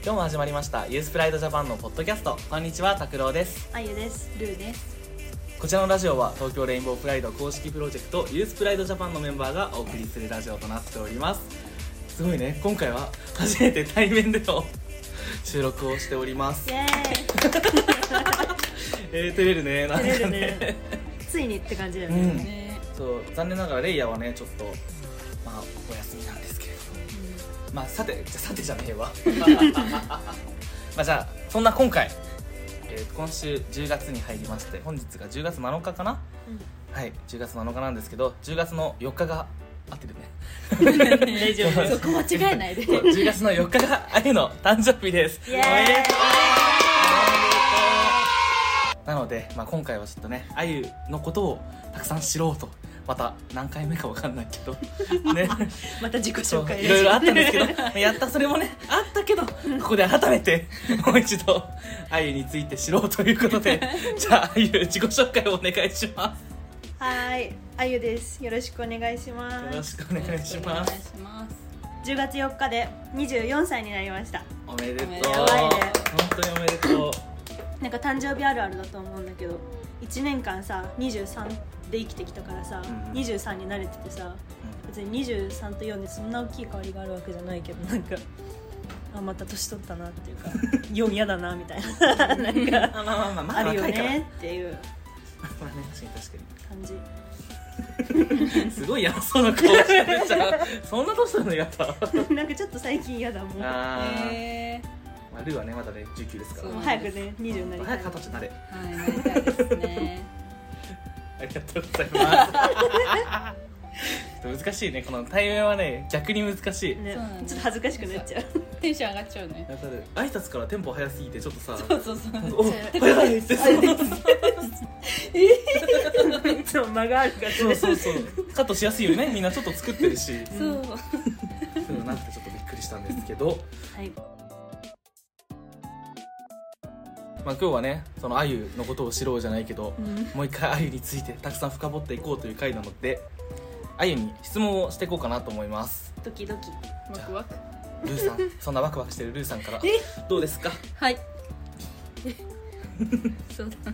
今日も始まりましたユースプライドジャパンのポッドキャスト。こんにちは、拓郎です。 あゆです。 ルーです。 こちらのラジオは東京レインボープライド公式プロジェクトユースプライドジャパンのメンバーがお送りするラジオとなっております。すごいね、今回は初めて対面での収録をしております。 イエーイ照れるね、なんか照れるねねついにって感じだよね、 ね、 そう残念ながらレイヤーはねちょっとお休みなんですけれど、さてじゃねえわじゃあそんな今回、今週10月に入りまして、本日が10月7日かな、はい、10月7日なんですけど、10月の4日が合ってるね大丈夫、 そこ間違えないで。 10月の4日があゆの誕生日です。 イエーイおめでとうなので、今回はちょっとねあゆのことをたくさん知ろうと、また何回目か分かんないけどねまた自己紹介いろいろあったんですけどやったそれもねあったけど、ここで改めてもう一度あゆについて知ろうということでじゃああゆ自己紹介をお願いします。 はい、あゆです。よろしくお願いしまよろす。 しくお願いします。 10月4日で24歳になりました。 おめでとう。 やばいね本当におめでとう。 なんか誕生日あるあるだと思うんだけど、1年間さ23で生きてきたからさ、23に慣れててさ、別に23と4でそんな大きい変わりがあるわけじゃないけど、なんかまた年取ったなっていうか4嫌だなみたいななんかあるよねっていう確かに感じ。 すごい嫌そうな顔してるじゃんそんな年なの嫌だなんかちょっと最近嫌だもん。 ルーはねまだね19ですから、 そう早くね20になりたい。 早く20歳になれ。 はい、なりたいですね。 ありがとうございます難しいね、この対面はね逆に難しい、 ねそうなんです。 ちょっと恥ずかしくなっちゃう。 テンション上がっちゃうね。 やっぱり挨拶からテンポ早すぎてちょっとさそうそうお早いってそういつも間があるからね。 そうカットしやすいようにねみんなちょっと作ってるしそう。 そうなってちょっとびっくりしたんですけど、 はい。 今日はねそのあゆのことを知ろうじゃないけど、もう一回あゆについてたくさん深掘っていこうという回なので、あゆに質問をしていこうかなと思います。 ドキドキ。 ワクワク。 ルーさんそんなワクワクしてるルーさんからどうですか？ はい。そうだ。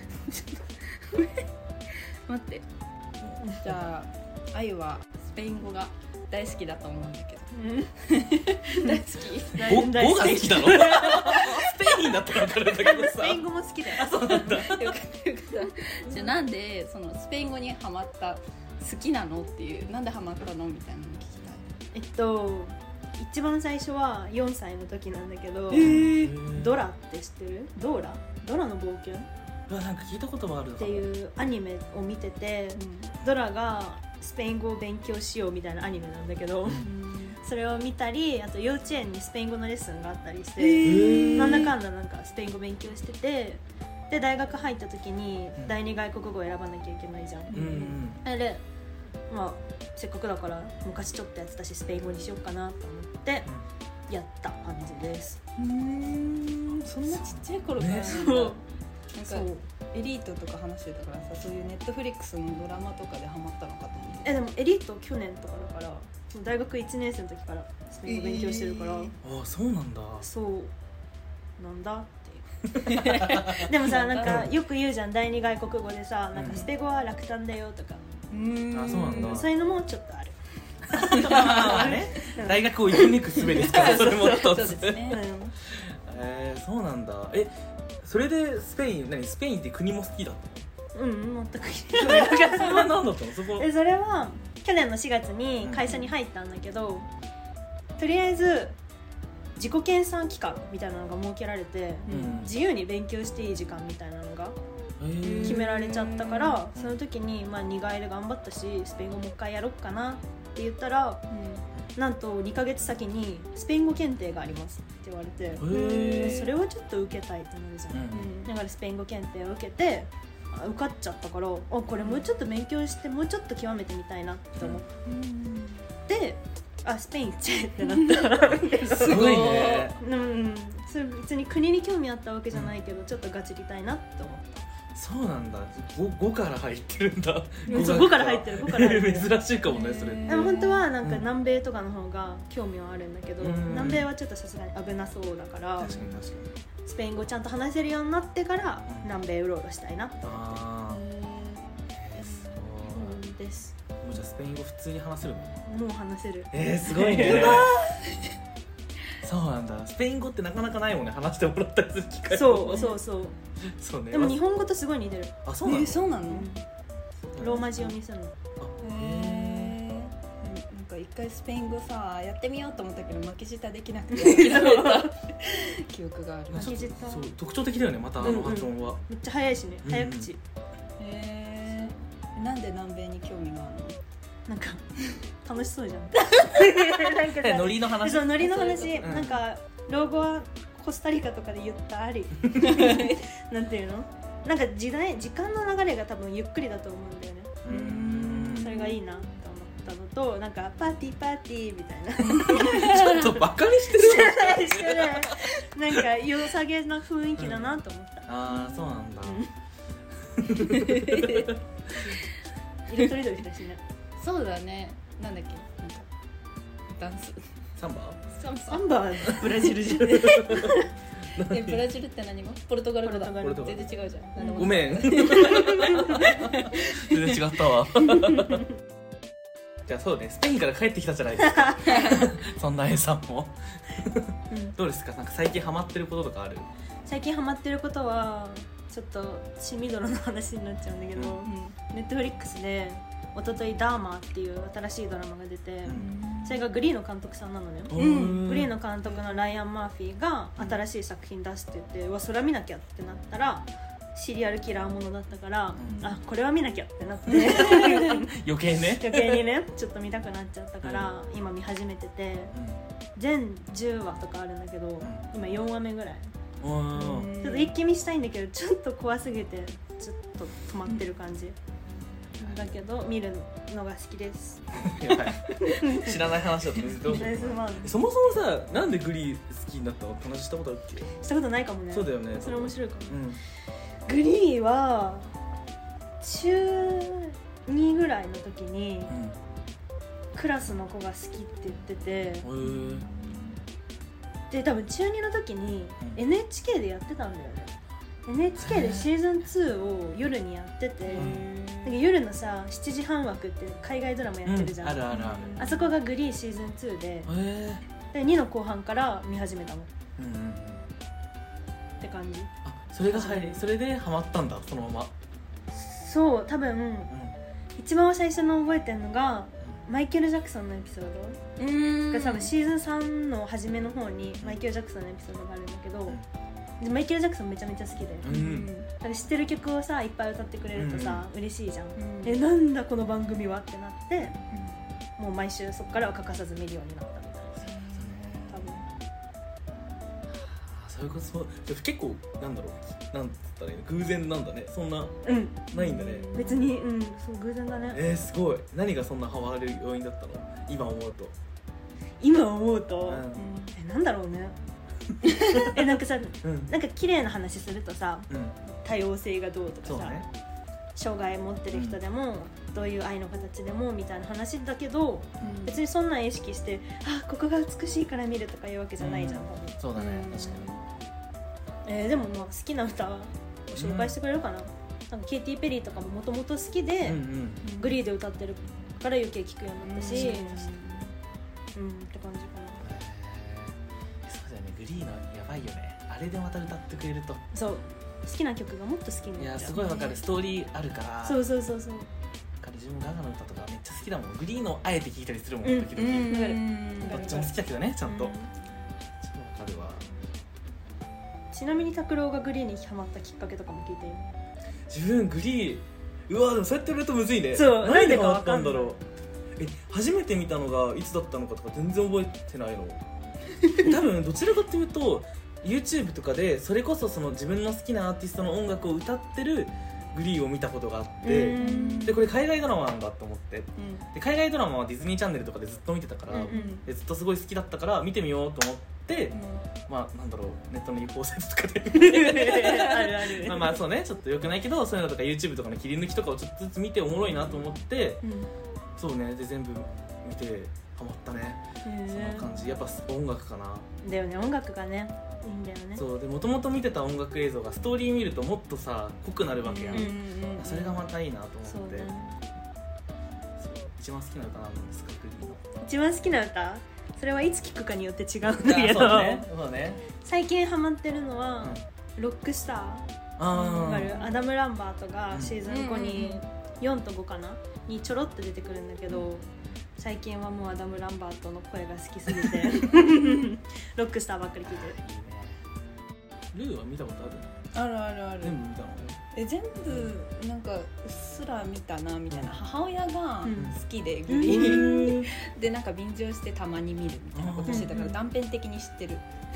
待って。じゃあ、あゆはスペイン語が大好きだと思うんだけど。大好き。 語が好きなの？スペインだったら分かるんだけどさ。 スペイン語も好きだよ。 そうなんだ。 よかったよかった。じゃあなんでそのスペイン語にハマった好きなのっていう、なんでハマったのみたいなの聞きたい。 一番最初は4歳の時なんだけど、ドラって知ってる？ドラの冒険なんか聞いたこともあるっていうアニメを見てて、ドラがスペイン語を勉強しようみたいなアニメなんだけど、それを見たり、あと幼稚園にスペイン語のレッスンがあったりして、なんだかんだなんかスペイン語勉強してて、で大学入った時に第二外国語を選ばなきゃいけないじゃん、でせっかくだから昔ちょっとやってたしスペイン語にしようかなと思ってやった感じです。 そんなちっちゃい頃からなんだ。なんかエリートとか話してたからさ、そういうネットフリックスのドラマとかでハマったのかと思って。 でもエリート去年とかだから、大学1年生の時からスペイン語勉強してるから、 ああそうなんだ。 そうなんだっていうでもさ、なんかよく言うじゃん、第二外国語でさ、なんかスペ語は楽単だよとか、 あそうなんだ。 そういうのもちょっとある大学を生き抜く術ですからそれも一つ。 そうですね。 そうなんだ。それでスペインって国も好きだったの？ 全くそれは何だったの？それは去年の4月に会社に入ったんだけど、とりあえず自己研鑽期間みたいなのが設けられて、自由に勉強していい時間みたいなのが決められちゃったから、その時に2外で頑張ったしスペイン語もう一回やろうかなって言ったら、なんと2ヶ月先にスペイン語検定がありますって言われて、それをちょっと受けたいってなるじゃん、だからスペイン語検定を受けて受かっちゃったから、これもうちょっと勉強してもうちょっと極めてみたいなって思って、スペイン行っちゃえってなったすごいね。 それ別に国に興味あったわけじゃないけど、ちょっとガチりたいなって思った。 そうなんだ。 5から入ってるんだ。 そう5から入ってる5から入ってる珍しいかもねそれ。 でも本当はなんか南米とかの方が興味はあるんだけど、南米はちょっとさすがに危なそうだから、 確かに確かに。 スペイン語ちゃんと話せるようになってから南米うろうろしたいなって思ってあそうです。 もうじゃあスペイン語普通に話せるの？ もう話せる。 すごいね。そうなんだ。スペイン語ってなかなかないもんね、話してもらったりする機会。 そうそうね。 でも日本語とすごい似てる。 あ、そうなの？ そうなの？ ローマ字読みするの。 なんか一回スペイン語さやってみようと思ったけど巻き舌できなくて諦めた記憶がある。 巻き舌そう特徴的だよね、またあの発音は。 めっちゃ早いしね、早口。 なんで南米に興味があるの？ なんか楽しそうじゃん。 なんかノリの話。 そうノリの話、なんか老後はコスタリカとかで言ったあり。なんていうの？なんか時間の流れが多分ゆっくりだと思うんだよね。それがいいなと思ったのと、なんかパーティーみたいな。 ちょっとバカにしてる。 してる。なんか良さげな雰囲気だなと思った。 ああ、そうなんだ。 色とりどりだしね。 そうだね。なんだっけ、なんかダンス。 サンバはブラジルじゃん。 ブラジルって何語？ポルトガル語だ。全然違うじゃん。 ごめん。全然違ったわ。じゃあそうね、スペインから帰ってきたじゃないですか。そんな A さんも。どうですか？なんか最近ハマってることとかある？ 最近ハマってることはちょっと血みどろの話になっちゃうんだけど、ネットフリックスで一昨日ダーマーっていう新しいドラマが出て、それがグリーの監督さんなのね。グリーの監督のライアン・マーフィーが新しい作品出してて、うわそれは見なきゃってなったらシリアルキラーものだったから、あこれは見なきゃってなって余計にねちょっと見たくなっちゃったから、今見始めてて、全10話とかあるんだけど、今4話目ぐらい。ちょっと一気見したいんだけどちょっと怖すぎてちょっと止まってる感じ、だけど見るのが好きです。 やばい、知らない話だとどうしよう。そもそもさ、なんでグリー好きになったの？話したことあるっけ？ したことないかもね。 そうだよね。 それ面白いかも。グリーは中2ぐらいの時に、クラスの子が好きって言ってて、で多分中2の時に NHK でやってたんだよね。NHK でシーズン2を夜にやってて、なんか夜のさ7時半枠って海外ドラマやってるじゃん。 あるあるある。 あそこがグリーシーズン2で、2の後半から見始めたの。って感じ。 あ、それが入り、それでハマったんだ、そのまま。 そう、多分、一番最初の覚えてるのがマイケル・ジャクソンのエピソードが多分シーズン3の初めの方にマイケル・ジャクソンのエピソードがあるんだけど、マイケル・ジャクソンめちゃめちゃ好きで、だから知ってる曲をさいっぱい歌ってくれるとさ、嬉しいじゃん。なんだこの番組はってなって、もう毎週そこからは欠かさず見るようになったみたいな。 それこそ結構なんだろう、なんつったらいいの、偶然なんだね。そんなないんだね。 別にそう偶然だね。 すごい。何がそんなハマる要因だったの？今思うと、なんだろうね。なんかさ、なんか綺麗な話するとさ、多様性がどうとかさ、障害持ってる人でもどういう愛の形でもみたいな話だけど、別にそんな意識してここが美しいから見るとかいうわけじゃないじゃん。 そうだね、確かに。でもまあ好きな歌を紹介してくれるかな。なんかケイティ・ペリーとかももともと好きで、グリーで歌ってるから余計聴くようになったし、って感じかな。 そうだよね、グリーのやばいよね。あれでまた歌ってくれると、 そう好きな曲がもっと好きになっちゃう。 いやすごいわかる。ストーリーあるから。 そう。 自分ガガの歌とかめっちゃ好きだもん。グリーのあえて聴いたりするもん、時々。どっちも好きだけどね、ちゃんと。超わかるわ。 ちなみに拓郎がグリーにハマったきっかけとかも聞いていい？ 自分グリー、うわでもそうやって言われるとむずいね。 そう、 何でハマったんだろう。初めて見たのがいつだったのかとか全然覚えてないの。多分どちらかというと YouTube とかでそれこそその自分の好きなアーティストの音楽を歌ってるグリーを見たことがあって、でこれ海外ドラマなんだと思って、で海外ドラマはディズニーチャンネルとかでずっと見てたから、でずっとすごい好きだったから見てみようと思って 、まあなんだろう、ネットの違法サイトとかであるあるまあまあそうね、ちょっと良くないけどそういうのとか YouTube とかの切り抜きとかをちょっとずつ見ておもろいなと思って、そうね、で全部見てハマったね。そんな感じ。やっぱ音楽かな。 だよね、音楽がねいいんだよね。 そうで、もともと見てた音楽映像がストーリー見るともっとさ濃くなるわけやん、それがまたいいなと思って。そう一番好きな歌なんですか、グリーンの一番好きな歌、それはいつ聴くかによって違うんだけど、 そうね、 最近ハマってるのは、ロックスター、アダム・ランバートがシーズン5に4と5かなにちょろっと出てくるんだけど、最近はもうアダム・ランバートの声が好きすぎてロックスターばっかり聴いてる。 ルーは見たことあるあるある。 全部見たの？ 全部なんかうっすら見たなみたいな。母親が好きでグリーンでなんか便乗してたまに見るみたいなことしてたから断片的に知ってる。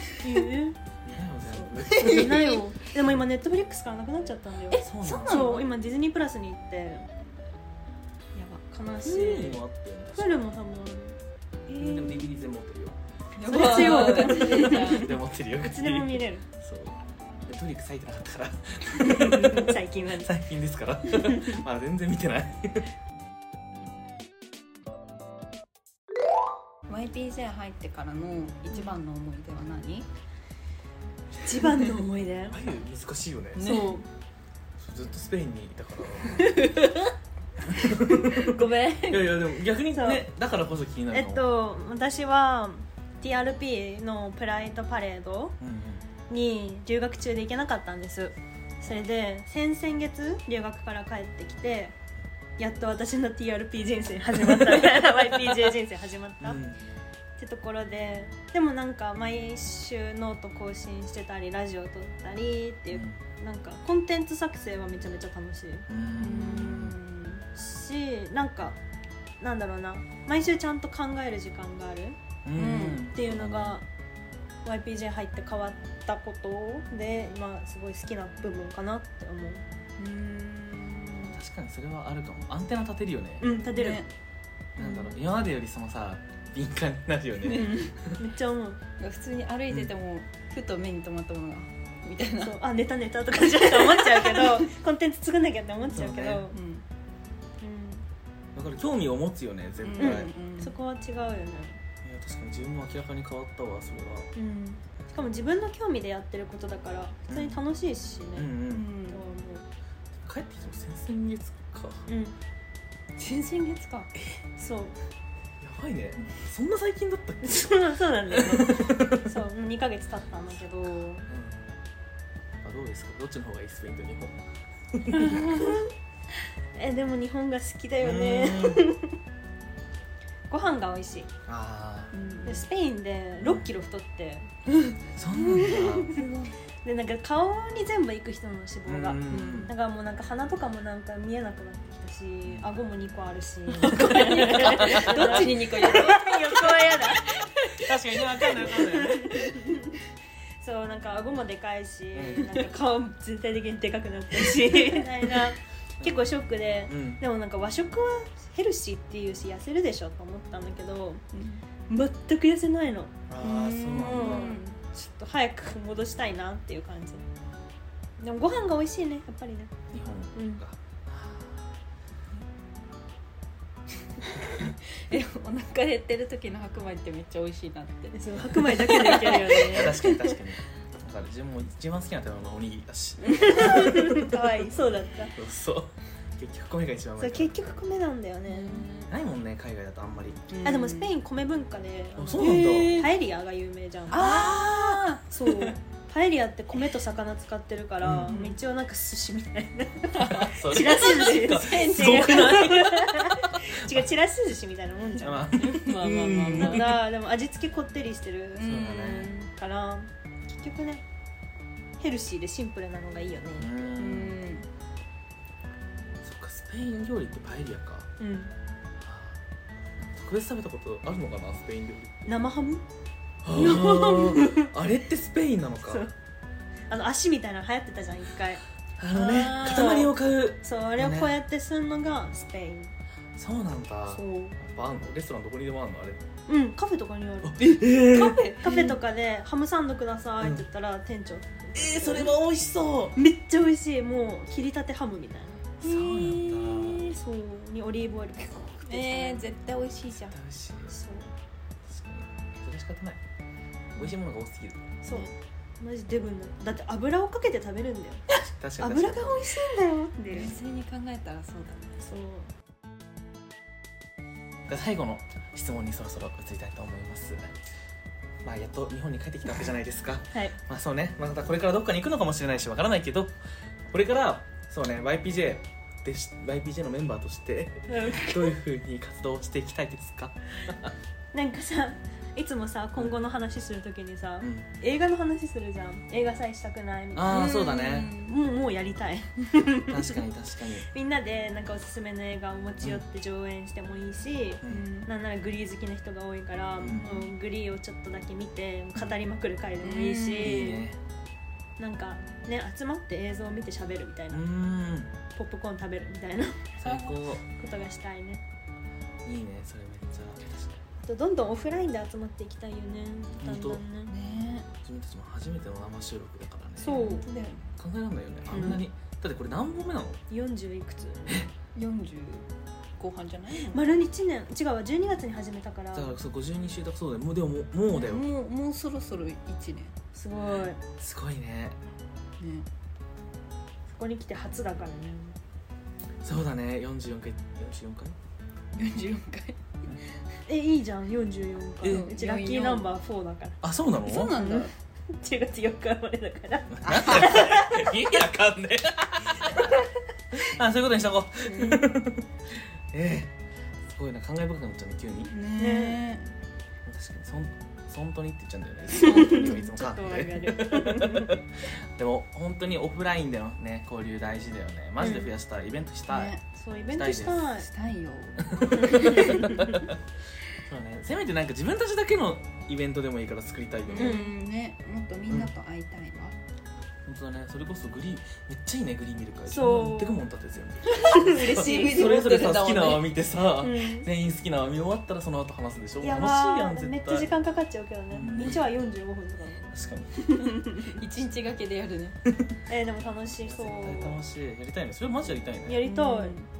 見ないよ。でも今ネットフリックスからなくなっちゃったんだよ。 そうなの？ そう、今ディズニープラスに行って、やば、悲しい。フルも多分ある。 でも DVD 全部持ってるよ。 それ強い。 で持ってるよ。 いつでも見れる。 そう。ネットフリックス入ってなかったから。 最近はね。 最近ですから。まあ全然見てない。 YPJ 入ってからの一番の思い出は何？ 一番の思い出。 難しいよね。 そう。 ずっとスペインにいたから。 ごめん。 いやいやでも逆にね、だからこそ気になるの。 私は TRP のプライドパレードに留学中で行けなかったんです。それで先々月留学から帰ってきて、やっと私の TRP 人生始まったYPJ 人生始まった、ってところで、でもなんか毎週ノート更新してたりラジオ撮ったりっていう、なんかコンテンツ作成はめちゃめちゃ楽しいし、なんかなんだろうな、毎週ちゃんと考える時間があるっていうのが YPJ 入って変わったことで今すごい好きな部分かなって思う。 確かにそれはあるかも。アンテナ立てるよね。 立てる、 なんだろう、今までよりそのさ敏感になるよね。 めっちゃ思う。 普通に歩いてても、ふと目に留まったものがみたいな、 あ、寝たとかじゃって思っちゃうけどコンテンツ作んなきゃって思っちゃうけど、だから興味を持つよね、絶対。 そこは違うよね。 いや確かに自分も明らかに変わったわ、それは。 しかも自分の興味でやってることだから普通に楽しいしね。 帰ってきても先々月か。 先々月か。 そう。やばいね。そんな最近だったっけ？ そうなんだよね。そう、2ヶ月経ったんだけど。どうですか？どっちの方がいい？スペインと日本。 でも日本が好きだよね。ご飯が美味しい。でスペインで6キロ太って。 そうなんだ。 でなんか顔に全部いく人の脂肪が、だからもうなんか鼻とかもなんか見えなくなってきたし、顎も2個あるし、どっちに2個横は嫌だ。 確かにね、分かんないそう、なんか顎もでかいし、なんか顔全体的にでかくなってるしみたいな、結構ショックで、でもなんか和食はヘルシーっていうし痩せるでしょと思ったんだけど、全く痩せないの。 ああ、そうなんだ。 ちょっと早く戻したいなっていう感じ。でもご飯が美味しいね、やっぱりね。 日本が。 お腹減ってる時の白米ってめっちゃ美味しいなって。 そう、白米だけでいけるよね。 確かに。だから自分も一番好きな食べ物はおにぎりだし。 可愛い、そうだった。 そう。結局米が一番うまい。 結局米なんだよね。 ないもんね、海外だとあんまり。 でもスペイン米文化で、 そうなんだ。 パエリアが有名じゃん。そう。パエリアって米と魚使ってるから、一応なんか寿司みたいな。ちらし寿司。 すごくない？ 違う、ちらし寿司みたいなもんじゃん。まあでも味付けこってりしてるから、結局ね、ヘルシーでシンプルなのがいいよね。 そっか、スペイン料理ってパエリアか。特別食べたことあるのかな、スペイン料理。 生ハム？ あれってスペインなのか。 足みたいなの流行ってたじゃん、一回。 塊を買う。 そう、あれをこうやってするのがスペイン。 そうなんだ。 そう。 やっぱあんの？レストランどこにでもあんの？あれ。 カフェとかにある。カフェとかでハムサンドくださいって言ったら店長それは美味しそう。 めっちゃ美味しい。もう切りたてハムみたいな。 そうなんだ。 そうにオリーブオイル絶対美味しいじゃん。 美味しい。 そう確かにそれ仕方ない。美味しいものが多すぎる。 そうマジデブになる。だって油をかけて食べるんだよ。 確かに油が美味しいんだよって冷静に考えたらそうだね。 そう最後の質問にそろそろ移りたいと思います。まあやっと日本に帰ってきたわけじゃないですか。 はい。 まあそうね、またこれからどっかに行くのかもしれないしわからないけど、これからそうね YPJ のメンバーとしてどういう風に活動していきたいですか？ なんかさ、いつもさ今後の話するときにさ、映画の話するじゃん。映画さえしたくないみたいな。 ああそうだね。 もうやりたい。 確かにみんなでなんかおすすめの映画を持ち寄って上映してもいいし、なんならグリー好きな人が多いから、グリーをちょっとだけ見て語りまくる回でもいいし、 いいね。 なんかね集まって映像を見て喋るみたいな、ポップコーン食べるみたいな最高。 ことがしたいね。 いいね、それめっちゃ。 どんどんオフラインで集まっていきたいよね。だんだんね。 自分たちも初めての生収録だからね。 そう考えられないよね。あんなに、だってこれ何本目なの ？40いくつ ？40後半じゃないの？ 丸1年違うわ。12月に始めたから。 だからそう52週だ。そうだよ。もうだよ。 もうそろそろ1年。 すごいすごいね。 そこに来て初だからね。 そうだね。44回いいじゃん。44回。うちラッキーナンバー4だから。 あ、そうなの？ そうなんだ。 10月4日生まれだから。 意味わかんねえ。あ、そういうことにしとこう。すごいな、感慨深くなっちゃうね、急に。 ね。 確かに本当にって言っちゃうんだよね。いつもちょっとわかる。 でも本当にオフラインでのね交流大事だよね。マジで増やしたい。イベントしたい。 そうイベントしたい。 したいよ。 そうね。せめてなんか自分たちだけのイベントでもいいから作りたいよね。 ね、もっとみんなと会いたいわ。 本当だね。それこそグリーめっちゃいいね。グリー見る会。 そう持ってくもんだって全部。 嬉しい。 それぞれさ好きな輪見てさ、全員好きな輪見終わったらその後話すでしょ。楽しいやん絶対。 めっちゃ時間かかっちゃうけどね。日は45分とか。 確かに。 1日がけでやるね。 でも楽しそう。 絶対楽しい。やりたいね。それマジやりたいね。 やりたい。ちょっと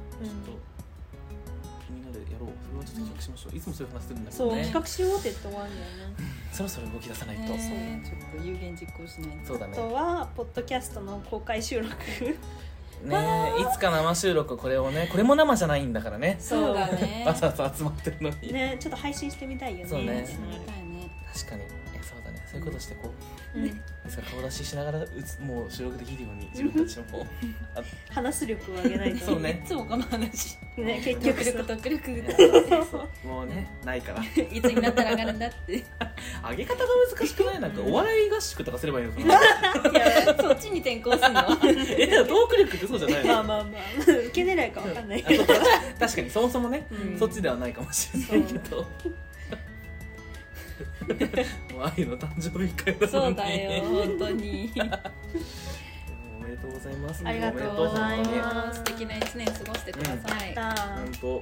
みんなでやろう。それはちょっと企画しましょう。いつもそういう話するんだけそうどね。 企画しようって言って終わるんだよね。 そろそろ動き出さないと。 ちょっと有言実行しないと。 そうだね。 あとはポッドキャストの公開収録。 ねえ、いつか生収録これをね、これも生じゃないんだからね。 そうだね。 わざわざ集まってるのに。 ね、ちょっと配信してみたいよね。 そうね。 してみたいね。 確かに。そうだね。そういうことしてこう。 いつか顔出ししながらもう収録できるように自分たちも話す力を上げないと。 そうね。 いつもこの話。 ね、結局特力もうね、ないから。 いつになったら上がるんだって。 上げ方が難しくない？なんかお笑い合宿とかすればいいのかな。 いや、そっちに転校するの。 トーク力ってそうじゃないの？ まあ受け狙いかわかんないけど。 確かにそもそもね、そっちではないかもしれないけど。愛の誕生日会なのに。 そうだよ、本当に。 おめでとうございます。 ありがとうございます。 素敵な1年過ごしてください。 本当。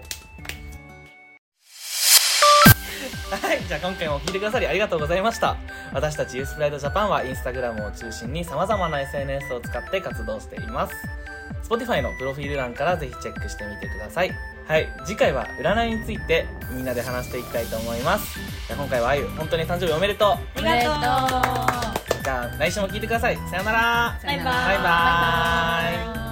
はい、じゃあ今回も聞いてくださりありがとうございました。私たちユースプライドジャパンはインスタグラムを中心に様々な SNS を使って活動しています。Spotify のプロフィール欄からぜひチェックしてみてください。はい、次回は占いについてみんなで話していきたいと思います。今回はあゆ、本当に誕生日おめでとう。 ありがとう。 じゃあ来週も聞いてください。さよなら。 バイバイ。 バイバイ。